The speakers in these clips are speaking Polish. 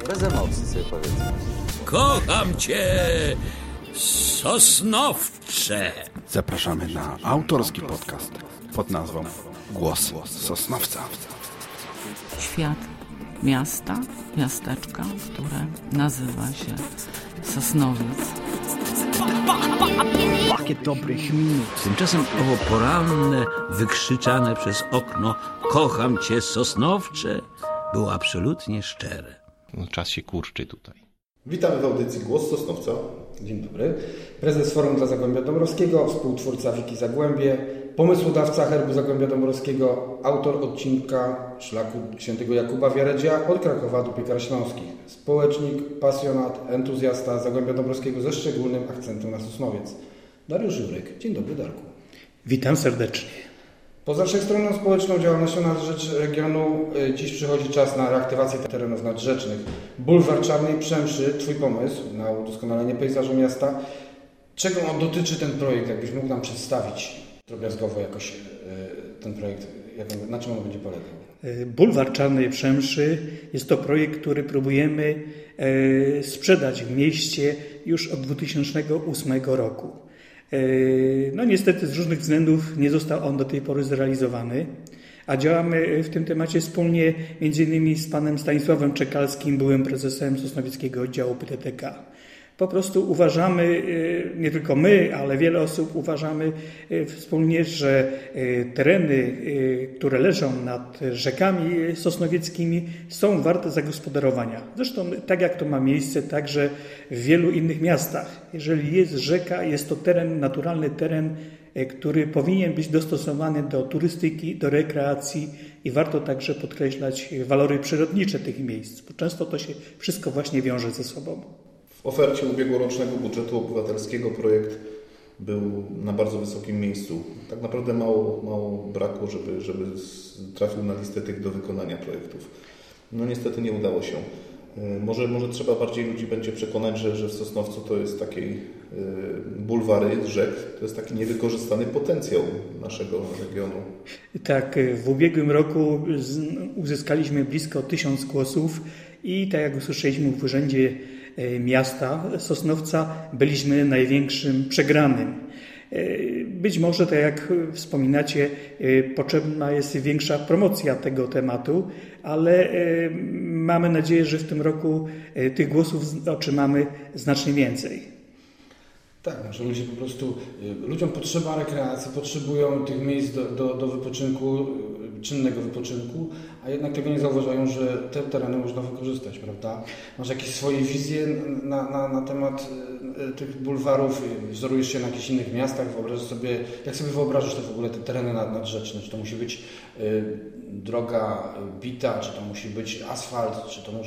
Bez emocji sobie powiedzmy. Kocham cię, Sosnowcze. Zapraszamy na autorski podcast pod nazwą Głos Sosnowca. Świat miasta, miasteczka, które nazywa się Sosnowiec. Pakiet dobrych minut. Tymczasem owo poranne, wykrzyczane przez okno kocham cię, Sosnowcze, było absolutnie szczere. No, czas się kurczy tutaj. Witamy w audycji Głos Sosnowca. Dzień dobry. Prezes Forum dla Zagłębia Dąbrowskiego, współtwórca Wiki Zagłębie, pomysłodawca herbu Zagłębia Dąbrowskiego, autor odcinka Szlaku Świętego Jakuba Wiaredzia od Krakowa do Piekar Śląskich, społecznik, pasjonat, entuzjasta Zagłębia Dąbrowskiego ze szczególnym akcentem na Sosnowiec. Dariusz Żurek. Dzień dobry, Darku. Witam serdecznie. Poza wszechstronną społeczną działalnością na rzecz regionu dziś przychodzi czas na reaktywację terenów nadrzecznych. Bulwar Czarnej Przemszy, Twój pomysł na udoskonalenie pejzażu miasta. Czego on dotyczy ten projekt? Jakbyś mógł nam przedstawić drobiazgowo jakoś ten projekt, na czym on będzie polegał? Bulwar Czarnej Przemszy jest to projekt, który próbujemy sprzedać w mieście już od 2008 roku. No niestety z różnych względów nie został on do tej pory zrealizowany, a działamy w tym temacie wspólnie m.in. z panem Stanisławem Czekalskim, byłym prezesem Sosnowieckiego Oddziału PTTK. Po prostu uważamy, nie tylko my, ale wiele osób uważamy wspólnie, że tereny, które leżą nad rzekami sosnowieckimi, są warte zagospodarowania. Zresztą tak jak to ma miejsce także w wielu innych miastach. Jeżeli jest rzeka, jest to teren, naturalny teren, który powinien być dostosowany do turystyki, do rekreacji i warto także podkreślać walory przyrodnicze tych miejsc, bo często to się wszystko właśnie wiąże ze sobą. W ofercie ubiegłorocznego budżetu obywatelskiego projekt był na bardzo wysokim miejscu. Tak naprawdę mało brakło, żeby trafił na listę tych do wykonania projektów. No niestety nie udało się. Może trzeba bardziej ludzi będzie przekonać, że w Sosnowcu to jest taki bulwary rzek, to jest taki niewykorzystany potencjał naszego regionu. Tak, w ubiegłym roku uzyskaliśmy blisko 1000 głosów i tak jak usłyszeliśmy w Urzędzie Miasta Sosnowca, byliśmy największym przegranym. Być może, tak jak wspominacie, potrzebna jest większa promocja tego tematu, ale mamy nadzieję, że w tym roku tych głosów otrzymamy znacznie więcej. Tak, że ludzie po prostu, ludziom potrzeba rekreacji, potrzebują tych miejsc do wypoczynku, czynnego wypoczynku, a jednak tego nie zauważają, że te tereny można wykorzystać, prawda? Masz jakieś swoje wizje na temat tych bulwarów, wzorujesz się na jakichś innych miastach, wyobrażasz sobie, jak sobie wyobrażasz te w ogóle te tereny nadrzeczne? Czy to musi być droga bita, czy to musi być asfalt,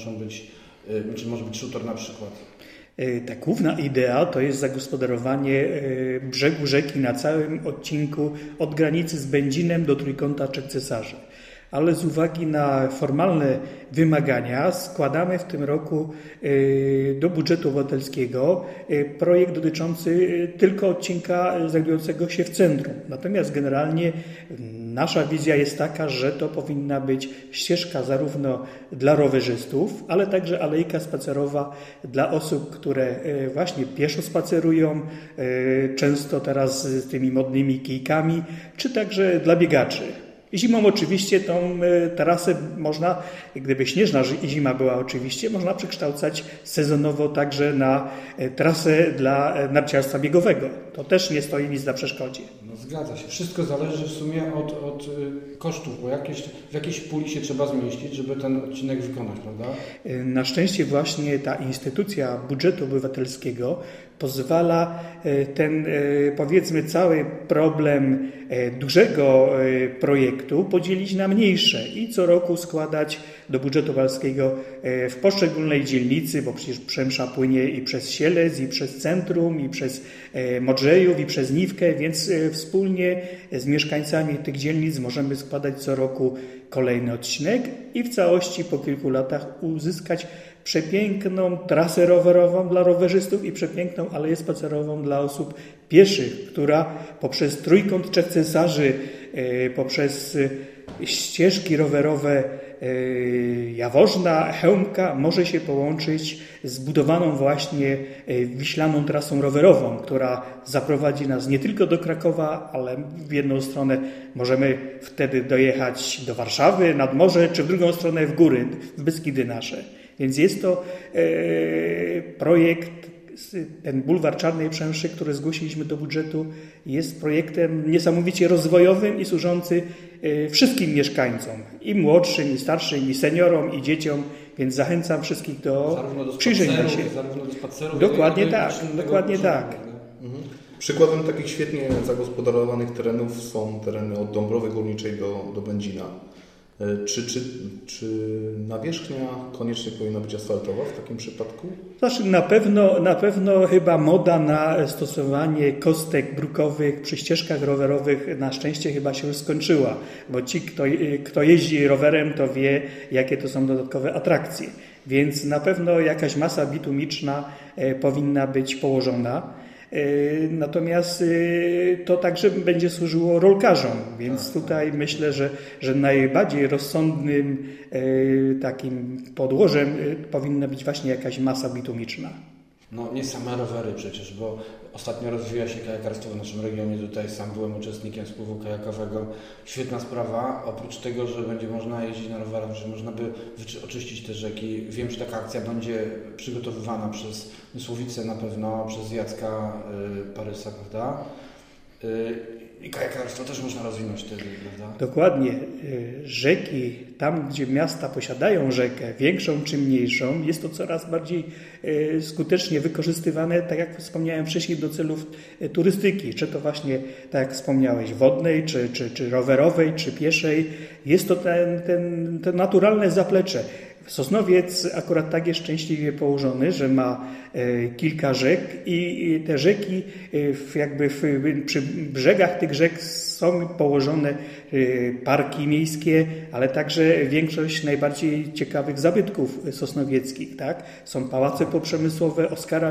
czy może być szutor na przykład? Ta główna idea to jest zagospodarowanie brzegu rzeki na całym odcinku od granicy z Będzinem do Trójkąta Trzech Cesarzy. Ale z uwagi na formalne wymagania składamy w tym roku do budżetu obywatelskiego projekt dotyczący tylko odcinka znajdującego się w centrum. Natomiast generalnie nasza wizja jest taka, że to powinna być ścieżka zarówno dla rowerzystów, ale także alejka spacerowa dla osób, które właśnie pieszo spacerują, często teraz z tymi modnymi kijkami, czy także dla biegaczy. Zimą oczywiście tą trasę można, gdyby śnieżna zima była oczywiście, można przekształcać sezonowo także na trasę dla narciarstwa biegowego. To też nie stoi nic na przeszkodzie. No zgadza się. Wszystko zależy w sumie od kosztów, bo w jakiejś puli się trzeba zmieścić, żeby ten odcinek wykonać, prawda? Na szczęście właśnie ta instytucja budżetu obywatelskiego pozwala ten, powiedzmy, cały problem dużego projektu podzielić na mniejsze i co roku składać do budżetu obywatelskiego w poszczególnej dzielnicy, bo przecież Przemsza płynie i przez Sielec, i przez centrum, i przez Modrzejów, i przez Niwkę, więc wspólnie z mieszkańcami tych dzielnic możemy składać co roku kolejny odcinek i w całości po kilku latach uzyskać przepiękną trasę rowerową dla rowerzystów i przepiękną aleję spacerową dla osób pieszych, która poprzez Trójkąt Trzech Cesarzy, poprzez ścieżki rowerowe Jaworzna, Chełmka może się połączyć z budowaną właśnie wiślaną trasą rowerową, która zaprowadzi nas nie tylko do Krakowa, ale w jedną stronę możemy wtedy dojechać do Warszawy, nad morze, czy w drugą stronę w góry, w Beskidy nasze. Więc jest to projekt, ten bulwar Czarnej Przemszy, który zgłosiliśmy do budżetu, jest projektem niesamowicie rozwojowym i służący wszystkim mieszkańcom, i młodszym, i starszym, i seniorom, i dzieciom, więc zachęcam wszystkich do przyjrzenia się. Zarówno do spacerów, dokładnie tak, dokładnie tak. Przykładem takich świetnie zagospodarowanych terenów są tereny od Dąbrowy Górniczej do Będzina. Czy nawierzchnia koniecznie powinna być asfaltowa w takim przypadku? Znaczy na pewno chyba moda na stosowanie kostek brukowych przy ścieżkach rowerowych na szczęście chyba się już skończyła, bo ci, kto jeździ rowerem, to wie, jakie to są dodatkowe atrakcje. Więc na pewno jakaś masa bitumiczna powinna być położona. Natomiast to także będzie służyło rolkarzom, więc tutaj myślę, że najbardziej rozsądnym takim podłożem powinna być właśnie jakaś masa bitumiczna. No nie same rowery przecież, bo ostatnio rozwija się kajakarstwo w naszym regionie. Tutaj sam byłem uczestnikiem spływu kajakowego. Świetna sprawa. Oprócz tego, że będzie można jeździć na rowerach, że można by oczyścić te rzeki. Wiem, że taka akcja będzie przygotowywana przez Mysłowicę na pewno, przez Jacka Parysa, prawda? I kajakarstwo też można rozwinąć wtedy, prawda? Dokładnie. Rzeki, tam gdzie miasta posiadają rzekę, większą czy mniejszą, jest to coraz bardziej skutecznie wykorzystywane, tak jak wspomniałem wcześniej, do celów turystyki. Czy to właśnie, tak jak wspomniałeś, wodnej, czy rowerowej, czy pieszej. Jest to to naturalne zaplecze. Sosnowiec akurat tak jest szczęśliwie położony, że ma kilka rzek i te rzeki przy brzegach tych rzek są położone parki miejskie, ale także większość najbardziej ciekawych zabytków sosnowieckich. Tak? Są pałace poprzemysłowe Oskara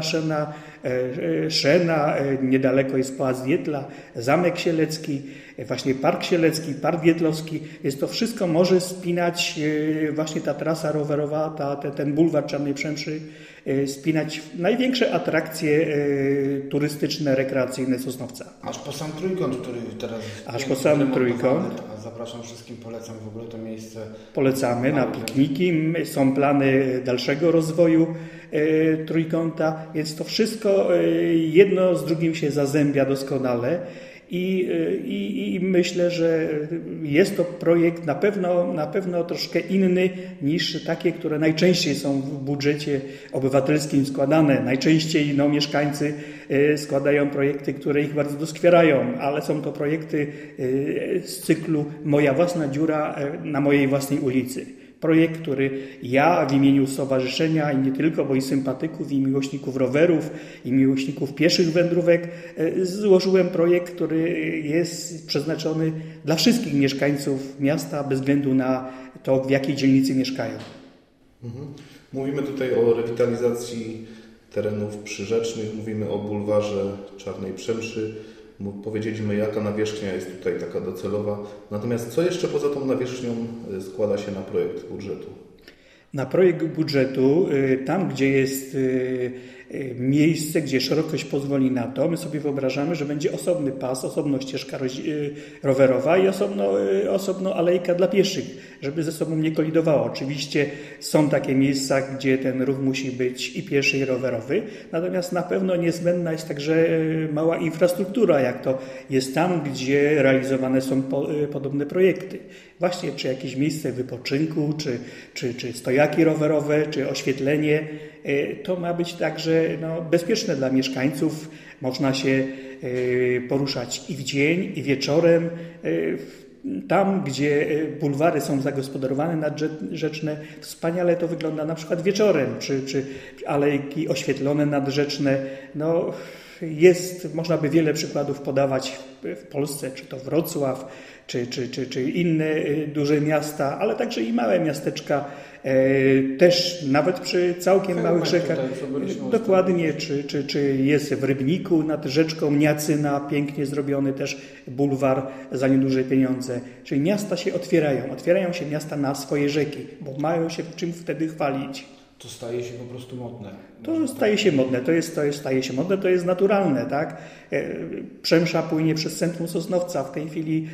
Szena, niedaleko jest Pałac Dietla, Zamek Sielecki, właśnie Park Sielecki, Park Dietlowski, więc to wszystko może spinać właśnie ta trasa rowerowa, ten bulwar Czarnej Przemszy, spinać największe atrakcje turystyczne, rekreacyjne Sosnowca. Aż po sam Trójkąt, który teraz aż po sam Trójkąt. Zapraszam wszystkim, polecam w ogóle to miejsce. Polecamy na pikniki. Są plany dalszego rozwoju Trójkąta, więc to wszystko jedno z drugim się zazębia doskonale. I myślę, że jest to projekt na pewno troszkę inny niż takie, które najczęściej są w budżecie obywatelskim składane. Najczęściej mieszkańcy składają projekty, które ich bardzo doskwierają, ale są to projekty z cyklu Moja własna dziura na mojej własnej ulicy. Projekt, który ja w imieniu stowarzyszenia i nie tylko, bo i sympatyków, i miłośników rowerów, i miłośników pieszych wędrówek złożyłem projekt, który jest przeznaczony dla wszystkich mieszkańców miasta, bez względu na to, w jakiej dzielnicy mieszkają. Mówimy tutaj o rewitalizacji terenów przyrzecznych, mówimy o bulwarze Czarnej Przemszy. Powiedzieliśmy, jaka nawierzchnia jest tutaj taka docelowa. Natomiast co jeszcze poza tą nawierzchnią składa się na projekt budżetu? Na projekt budżetu, tam gdzie jest miejsce, gdzie szerokość pozwoli na to, my sobie wyobrażamy, że będzie osobny pas, osobno ścieżka rowerowa i osobno alejka dla pieszych, żeby ze sobą nie kolidowało. Oczywiście są takie miejsca, gdzie ten ruch musi być i pieszy, i rowerowy, natomiast na pewno niezbędna jest także mała infrastruktura, jak to jest tam, gdzie realizowane są podobne projekty. Właśnie czy jakieś miejsce wypoczynku, czy stojaki rowerowe, czy oświetlenie. To ma być także bezpieczne dla mieszkańców. Można się poruszać i w dzień, i wieczorem. Tam, gdzie bulwary są zagospodarowane nadrzeczne, wspaniale to wygląda na przykład wieczorem, czy alejki oświetlone nadrzeczne. można by wiele przykładów podawać w Polsce, czy to Wrocław, czy inne duże miasta, ale także i małe miasteczka, też nawet przy całkiem małych rzekach. Dokładnie, czy jest w Rybniku nad rzeczką Niacyna, pięknie zrobiony też bulwar za nieduże pieniądze. Czyli miasta się otwierają się miasta na swoje rzeki, bo mają się czym wtedy chwalić. To staje się po prostu modne. To staje się modne, to jest naturalne, tak? Przemsza płynie przez centrum Sosnowca. W tej chwili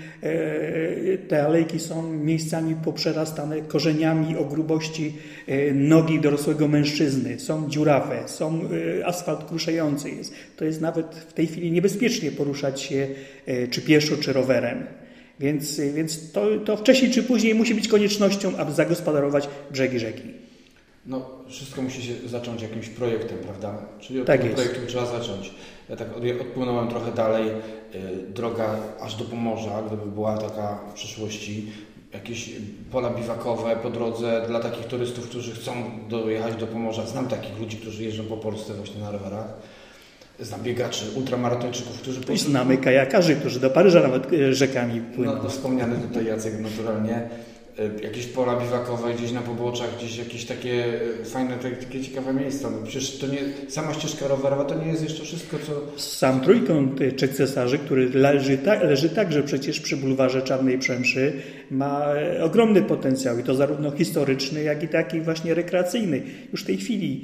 te alejki są miejscami poprzerastane korzeniami o grubości nogi dorosłego mężczyzny. Są dziurawe, są asfalt kruszający jest. To jest nawet w tej chwili niebezpiecznie poruszać się czy pieszo, czy rowerem. Więc to wcześniej czy później musi być koniecznością, aby zagospodarować brzegi rzeki. No, wszystko musi się zacząć jakimś projektem, prawda? Czyli od Tak tego jest. projektu trzeba zacząć. Ja tak odpłynąłem trochę dalej, droga aż do Pomorza, gdyby była taka w przyszłości, jakieś pola biwakowe po drodze dla takich turystów, którzy chcą dojechać do Pomorza. Znam takich ludzi, którzy jeżdżą po Polsce właśnie na rowerach. Znam biegaczy, ultramaratończyków, którzy... I znamy kajakarzy, którzy do Paryża nawet rzekami płyną. No to wspomniany tutaj Jacek naturalnie. Jakieś pola biwakowe gdzieś na poboczach, gdzieś jakieś takie fajne, takie ciekawe miejsca. No przecież to nie, sama ścieżka rowerowa to nie jest jeszcze wszystko, co... Sam trójkąt Trzech Cesarzy, który leży także przecież przy bulwarze Czarnej Przemszy, ma ogromny potencjał i to zarówno historyczny, jak i taki właśnie rekreacyjny. Już w tej chwili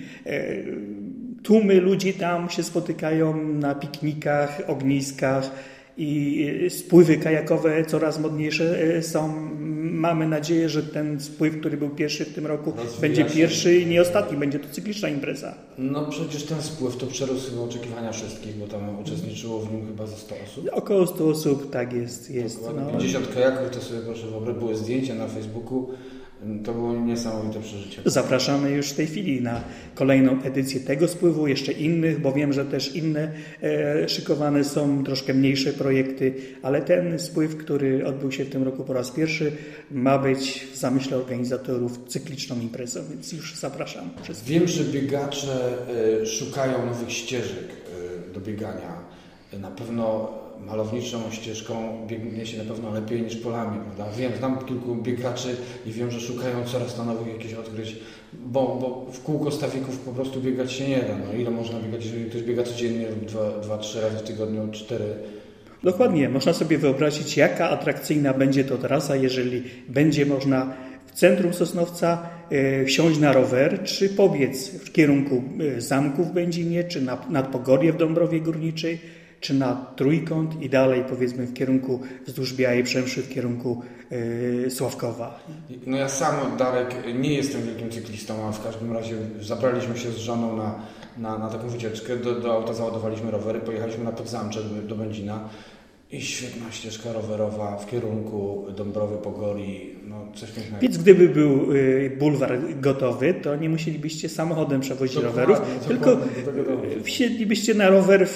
tłumy ludzi tam się spotykają na piknikach, ogniskach i spływy kajakowe coraz modniejsze są. Mamy nadzieję, że ten spływ, który był pierwszy w tym roku, będzie pierwszy i nie ostatni. Będzie to cykliczna impreza. No przecież ten spływ to przerósł chyba oczekiwania wszystkich, bo tam uczestniczyło w nim chyba ze 100 osób. Około 100 osób, tak jest. 50 kajaków, to sobie proszę wyobrazić, były zdjęcia na Facebooku. To było niesamowite przeżycie. Zapraszamy już w tej chwili na kolejną edycję tego spływu, jeszcze innych, bo wiem, że też inne szykowane są, troszkę mniejsze projekty, ale ten spływ, który odbył się w tym roku po raz pierwszy, ma być w zamyśle organizatorów cykliczną imprezą, więc już zapraszam. Wiem, że biegacze szukają nowych ścieżek do biegania. Na pewno malowniczą ścieżką biegnie się na pewno lepiej niż polami, prawda? Wiem, znam kilku biegaczy i wiem, że szukają coraz to nowych jakichś odkryć, bo w kółko stawików po prostu biegać się nie da. No, ile można biegać, jeżeli ktoś biega codziennie lub 2-3 razy w tygodniu, 4. Dokładnie, można sobie wyobrazić, jaka atrakcyjna będzie to trasa, jeżeli będzie można w centrum Sosnowca wsiąść na rower, czy pobiec w kierunku zamku w Będzinie, czy nad Pogorje w Dąbrowie Górniczej, czy na Trójkąt i dalej powiedzmy w kierunku wzdłuż Białej Przemszy, w kierunku Sławkowa. No ja sam, Darek, nie jestem wielkim cyklistą, a w każdym razie zabraliśmy się z żoną na taką wycieczkę, do auta załadowaliśmy rowery, pojechaliśmy na Podzamcze do Będzina i świetna ścieżka rowerowa w kierunku Dąbrowy Pogori, no coś pięknego. Więc gdyby był bulwar gotowy, to nie musielibyście samochodem przewozić rowerów, tylko wsiedlibyście na rower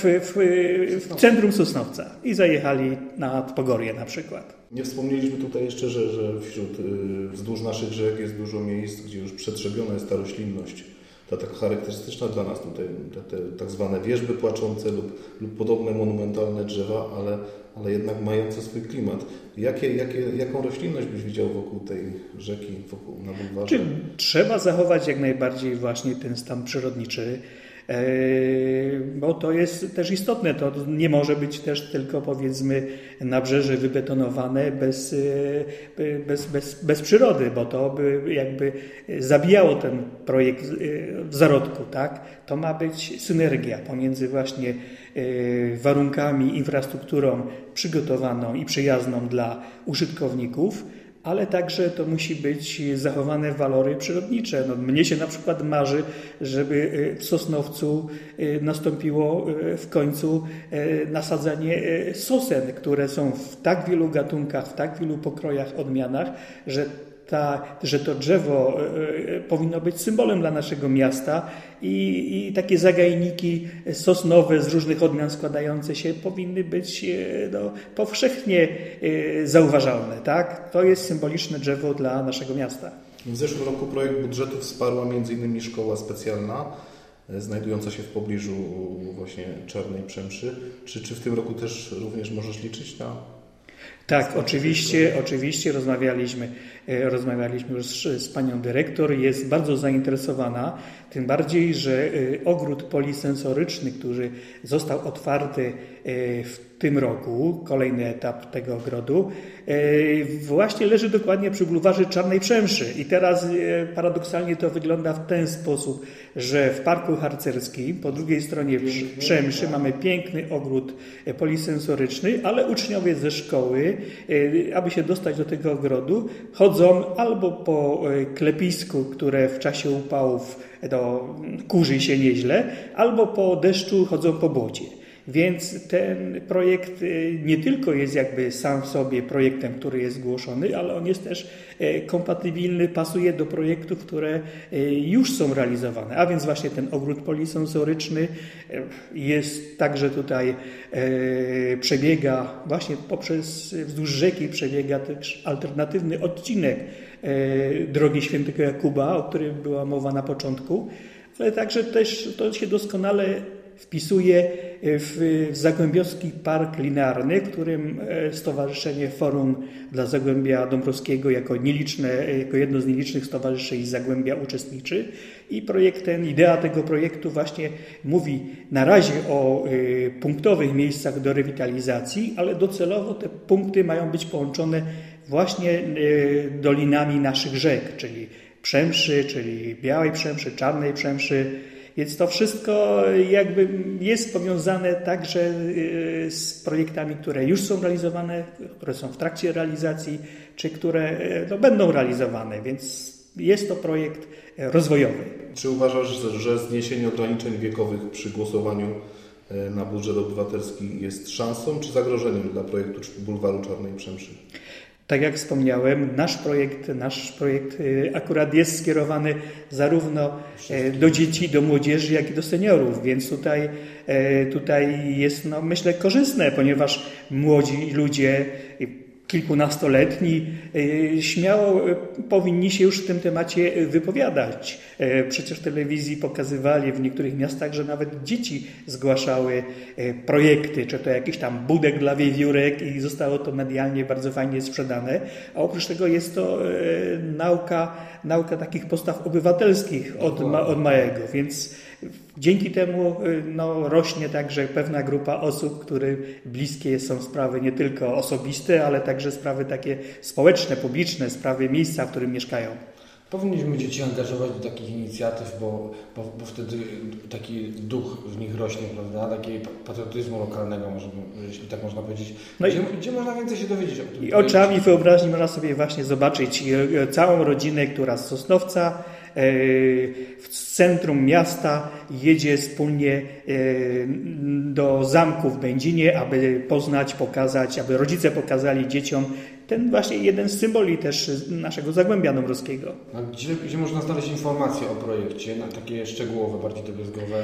w centrum Sosnowca i zajechali nad Pogorje na przykład. Nie wspomnieliśmy tutaj jeszcze, że wzdłuż naszych rzek jest dużo miejsc, gdzie już przetrzebiona jest ta roślinność. Ta tak charakterystyczna dla nas tutaj, te tak zwane wierzby płaczące lub podobne monumentalne drzewa, ale jednak mające swój klimat. Jaką roślinność byś widział wokół tej rzeki, na bulwarze? Trzeba zachować jak najbardziej właśnie ten stan przyrodniczy, bo to jest też istotne. To nie może być też tylko powiedzmy nabrzeże wybetonowane bez przyrody, bo to by jakby zabijało ten projekt w zarodku, tak? To ma być synergia pomiędzy właśnie warunkami, infrastrukturą przygotowaną i przyjazną dla użytkowników, ale także to musi być zachowane walory przyrodnicze. No, mnie się na przykład marzy, żeby w Sosnowcu nastąpiło w końcu nasadzanie sosen, które są w tak wielu gatunkach, w tak wielu pokrojach, odmianach, że to drzewo powinno być symbolem dla naszego miasta i takie zagajniki sosnowe z różnych odmian składające się powinny być powszechnie zauważalne. Tak? To jest symboliczne drzewo dla naszego miasta. W zeszłym roku projekt budżetu wsparła m.in. Szkoła Specjalna. znajdująca się w pobliżu właśnie Czarnej Przemszy. Czy w tym roku też również możesz liczyć na... Tak, oczywiście rozmawialiśmy już z panią dyrektor, jest bardzo zainteresowana, tym bardziej, że ogród polisensoryczny, który został otwarty w tym roku, kolejny etap tego ogrodu, właśnie leży dokładnie przy bulwarze Czarnej Przemszy. I teraz paradoksalnie to wygląda w ten sposób, że w Parku Harcerskim po drugiej stronie Przemszy mamy piękny ogród polisensoryczny, ale uczniowie ze szkoły, aby się dostać do tego ogrodu, chodzą albo po klepisku, które w czasie upałów kurzy się nieźle, albo po deszczu chodzą po błocie. Więc ten projekt nie tylko jest jakby sam w sobie projektem, który jest zgłoszony, ale on jest też kompatybilny, pasuje do projektów, które już są realizowane. A więc właśnie ten ogród polisensoryczny jest także tutaj, przebiega właśnie wzdłuż rzeki, przebiega też alternatywny odcinek drogi Świętego Jakuba, o którym była mowa na początku, ale także też to się doskonale wpisuje w Zagłębiowski Park Linearny, w którym Stowarzyszenie Forum dla Zagłębia Dąbrowskiego jako jedno z nielicznych stowarzyszeń z Zagłębia uczestniczy. I idea tego projektu właśnie mówi na razie o punktowych miejscach do rewitalizacji, ale docelowo te punkty mają być połączone właśnie dolinami naszych rzek, czyli Przemszy, czyli Białej Przemszy, Czarnej Przemszy. Więc to wszystko jakby jest powiązane także z projektami, które już są realizowane, które są w trakcie realizacji, czy które będą realizowane, więc jest to projekt rozwojowy. Czy uważasz, że zniesienie ograniczeń wiekowych przy głosowaniu na budżet obywatelski jest szansą czy zagrożeniem dla projektu Bulwaru Czarnej Przemszy? Tak jak wspomniałem, nasz projekt akurat jest skierowany zarówno do dzieci, do młodzieży, jak i do seniorów, więc tutaj jest, myślę, korzystne, ponieważ młodzi ludzie, kilkunastoletni, śmiało powinni się już w tym temacie wypowiadać. Przecież w telewizji pokazywali w niektórych miastach, że nawet dzieci zgłaszały projekty, czy to jakiś tam budek dla wiewiórek i zostało to medialnie bardzo fajnie sprzedane. A oprócz tego jest to nauka takich postaw obywatelskich od małego, więc dzięki temu rośnie także pewna grupa osób, którym bliskie są sprawy nie tylko osobiste, ale także sprawy takie społeczne, publiczne, sprawy miejsca, w którym mieszkają. Powinniśmy dzieci angażować do takich inicjatyw, bo wtedy taki duch w nich rośnie, prawda? Takiego patriotyzmu lokalnego, jeśli tak można powiedzieć. Gdzie można więcej się dowiedzieć o tym? I oczami wyobraźni można sobie właśnie zobaczyć całą rodzinę, która z Sosnowca w centrum miasta jedzie wspólnie do zamku w Będzinie, aby poznać, pokazać, aby rodzice pokazali dzieciom ten właśnie jeden z symboli też naszego Zagłębia Dąbrowskiego. A gdzie można znaleźć informacje o projekcie, takie szczegółowe, bardziej drobiazgowe?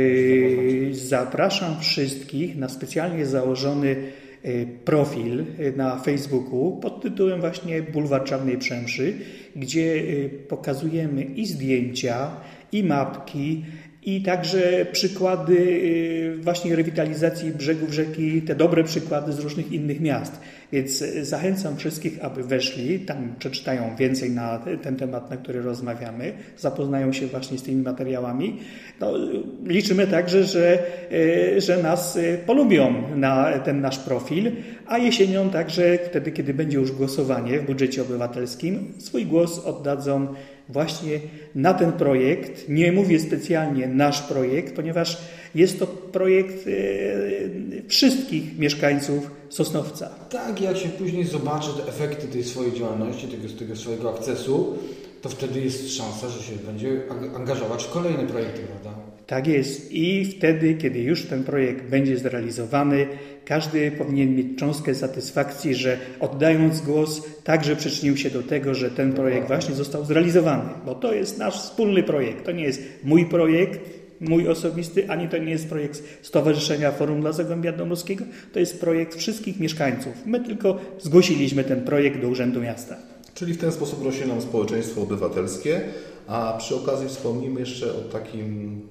Zapraszam wszystkich na specjalnie założony profil na Facebooku pod tytułem właśnie Bulwar Czarnej Przemszy, gdzie pokazujemy i zdjęcia, i mapki, i także przykłady właśnie rewitalizacji brzegów rzeki, te dobre przykłady z różnych innych miast. Więc zachęcam wszystkich, aby weszli, tam przeczytają więcej na ten temat, na który rozmawiamy, zapoznają się właśnie z tymi materiałami. Liczymy także, że nas polubią na ten nasz profil, a jesienią także wtedy, kiedy będzie już głosowanie w budżecie obywatelskim, swój głos oddadzą właśnie na ten projekt. Nie mówię specjalnie nasz projekt, ponieważ jest to projekt wszystkich mieszkańców Sosnowca. Tak, jak się później zobaczy te efekty tej swojej działalności, tego swojego akcesu, to wtedy jest szansa, że się będzie angażować w kolejne projekty, prawda? Tak jest. I wtedy, kiedy już ten projekt będzie zrealizowany, każdy powinien mieć cząstkę satysfakcji, że oddając głos także przyczynił się do tego, że ten projekt właśnie został zrealizowany. Bo to jest nasz wspólny projekt. To nie jest mój projekt, mój osobisty, ani to nie jest projekt Stowarzyszenia Forum dla Zagłębia Dąbrowskiego. To jest projekt wszystkich mieszkańców. My tylko zgłosiliśmy ten projekt do Urzędu Miasta. Czyli w ten sposób rośnie nam społeczeństwo obywatelskie, a przy okazji wspomnimy jeszcze o takim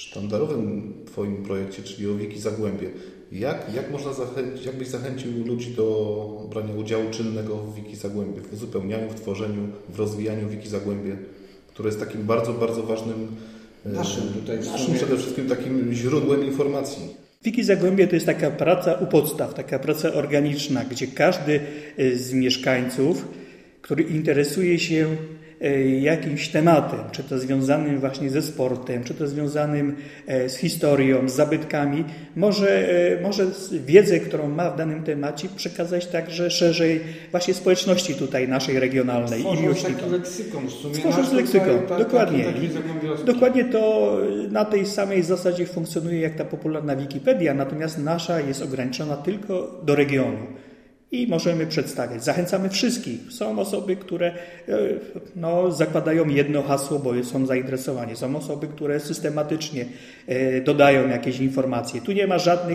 sztandarowym Twoim projekcie, czyli o Wiki Zagłębie, jak można zachęcić, jak byś zachęcił ludzi do brania udziału czynnego w Wiki Zagłębie, w uzupełnianiu, w tworzeniu, w rozwijaniu Wiki Zagłębie, które jest takim bardzo, bardzo ważnym, naszym przede wszystkim takim źródłem informacji. Wiki Zagłębie to jest taka praca u podstaw, taka praca organiczna, gdzie każdy z mieszkańców, który interesuje się jakimś tematem, czy to związanym właśnie ze sportem, czy to związanym z historią, z zabytkami, może wiedzę, którą ma w danym temacie przekazać także szerzej właśnie społeczności tutaj naszej regionalnej i miłośnikom. Taki leksykon w sumie. Stworzyć leksykon, dokładnie. Taki Dokładnie to na tej samej zasadzie funkcjonuje jak ta popularna Wikipedia, natomiast nasza jest ograniczona tylko do regionu. I możemy przedstawiać. Zachęcamy wszystkich. Są osoby, które zakładają jedno hasło, bo są zainteresowani. Są osoby, które systematycznie dodają jakieś informacje. Tu nie ma żadnych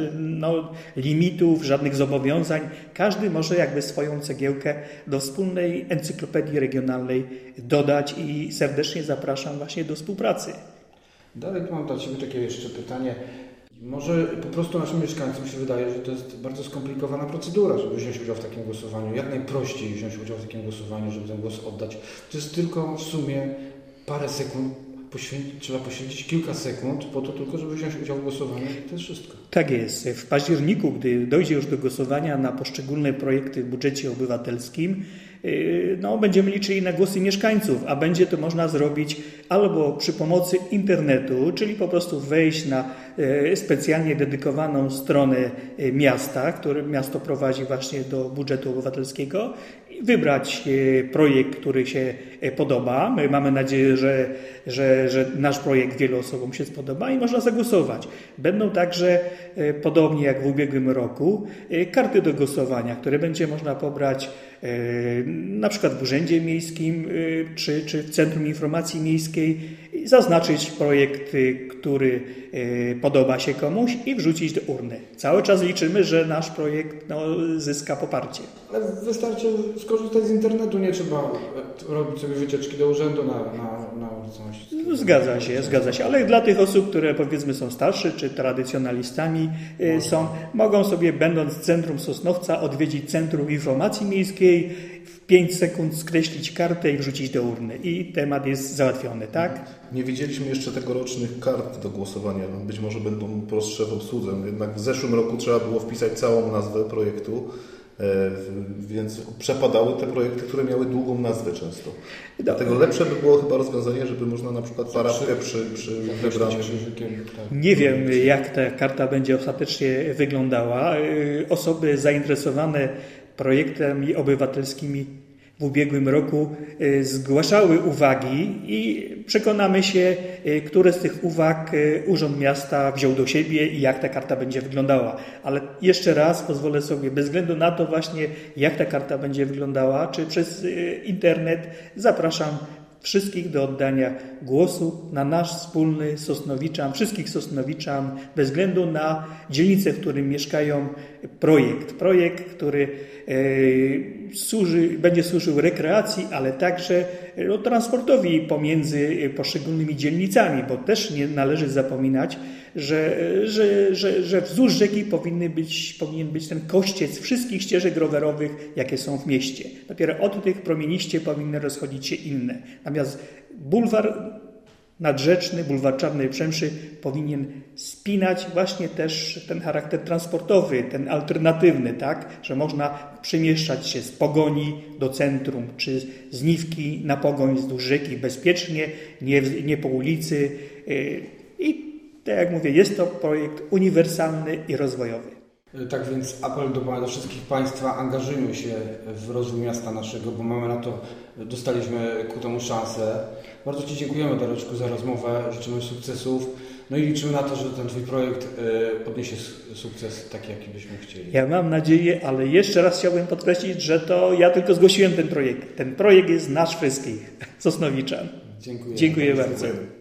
limitów, żadnych zobowiązań. Każdy może jakby swoją cegiełkę do wspólnej encyklopedii regionalnej dodać i serdecznie zapraszam właśnie do współpracy. Dalej mam dla Ciebie takie jeszcze pytanie. Może po prostu naszym mieszkańcom się wydaje, że to jest bardzo skomplikowana procedura, żeby wziąć udział w takim głosowaniu. Jak najprościej wziąć udział w takim głosowaniu, żeby ten głos oddać. To jest tylko w sumie parę sekund, trzeba poświęcić kilka sekund po to tylko, żeby wziąć udział w głosowaniu i to jest wszystko. Tak jest. W październiku, gdy dojdzie już do głosowania na poszczególne projekty w budżecie obywatelskim, będziemy liczyli na głosy mieszkańców, a będzie to można zrobić albo przy pomocy internetu, czyli po prostu wejść na specjalnie dedykowaną stronę miasta, które miasto prowadzi właśnie do budżetu obywatelskiego, wybrać projekt, który się podoba. My mamy nadzieję, że nasz projekt wielu osobom się spodoba i można zagłosować. Będą także, podobnie jak w ubiegłym roku, karty do głosowania, które będzie można pobrać na przykład w Urzędzie Miejskim czy w Centrum Informacji Miejskiej i zaznaczyć projekt, który podoba się komuś i wrzucić do urny. Cały czas liczymy, że nasz projekt zyska poparcie. Ale wystarczy skorzystać z internetu, nie trzeba robić sobie wycieczki do urzędu na ulicę. Zgadza się, ale dla tych osób, które powiedzmy są starsze czy tradycjonalistami mogą sobie, będąc w centrum Sosnowca, odwiedzić Centrum Informacji Miejskiej, w 5 sekund skreślić kartę i wrzucić do urny. I temat jest załatwiony, tak? Nie widzieliśmy jeszcze tegorocznych kart do głosowania. Być może będą prostsze w obsłudze. Jednak w zeszłym roku trzeba było wpisać całą nazwę projektu, więc przepadały te projekty, które miały długą nazwę często. Dlatego lepsze by było chyba rozwiązanie, żeby można na przykład parapkę przy wybranym... Nie wiem, jak ta karta będzie ostatecznie wyglądała. Osoby zainteresowane projektami obywatelskimi w ubiegłym roku zgłaszały uwagi i przekonamy się, które z tych uwag Urząd Miasta wziął do siebie i jak ta karta będzie wyglądała. Ale jeszcze raz pozwolę sobie, bez względu na to właśnie, jak ta karta będzie wyglądała, czy przez internet, zapraszam wszystkich do oddania głosu na nasz wspólny Sosnowiczan, wszystkich Sosnowiczan, bez względu na dzielnicę, w którym mieszkają, projekt, który będzie służył rekreacji, ale także transportowi pomiędzy poszczególnymi dzielnicami, bo też nie należy zapominać, że wzdłuż rzeki powinien być ten kościec wszystkich ścieżek rowerowych, jakie są w mieście. Dopiero od tych promieniście powinny rozchodzić się inne. Natomiast bulwar nadrzeczny, bulwar Czarnej Przemszy powinien spinać właśnie też ten charakter transportowy, ten alternatywny, tak, że można przemieszczać się z Pogoni do centrum, czy z Niwki na Pogoń wzdłuż rzeki bezpiecznie, nie po ulicy. I tak jak mówię, jest to projekt uniwersalny i rozwojowy. Tak więc apel do wszystkich Państwa, angażujmy się w rozwój miasta naszego, bo mamy na to, dostaliśmy ku temu szansę. Bardzo Ci dziękujemy, Dareczku, za rozmowę, życzymy sukcesów, no i liczymy na to, że ten Twój projekt odniesie sukces taki, jaki byśmy chcieli. Ja mam nadzieję, ale jeszcze raz chciałbym podkreślić, że to ja tylko zgłosiłem ten projekt. Ten projekt jest nasz wszystkich, Sosnowiczan. Dziękuję. Dziękuję bardzo.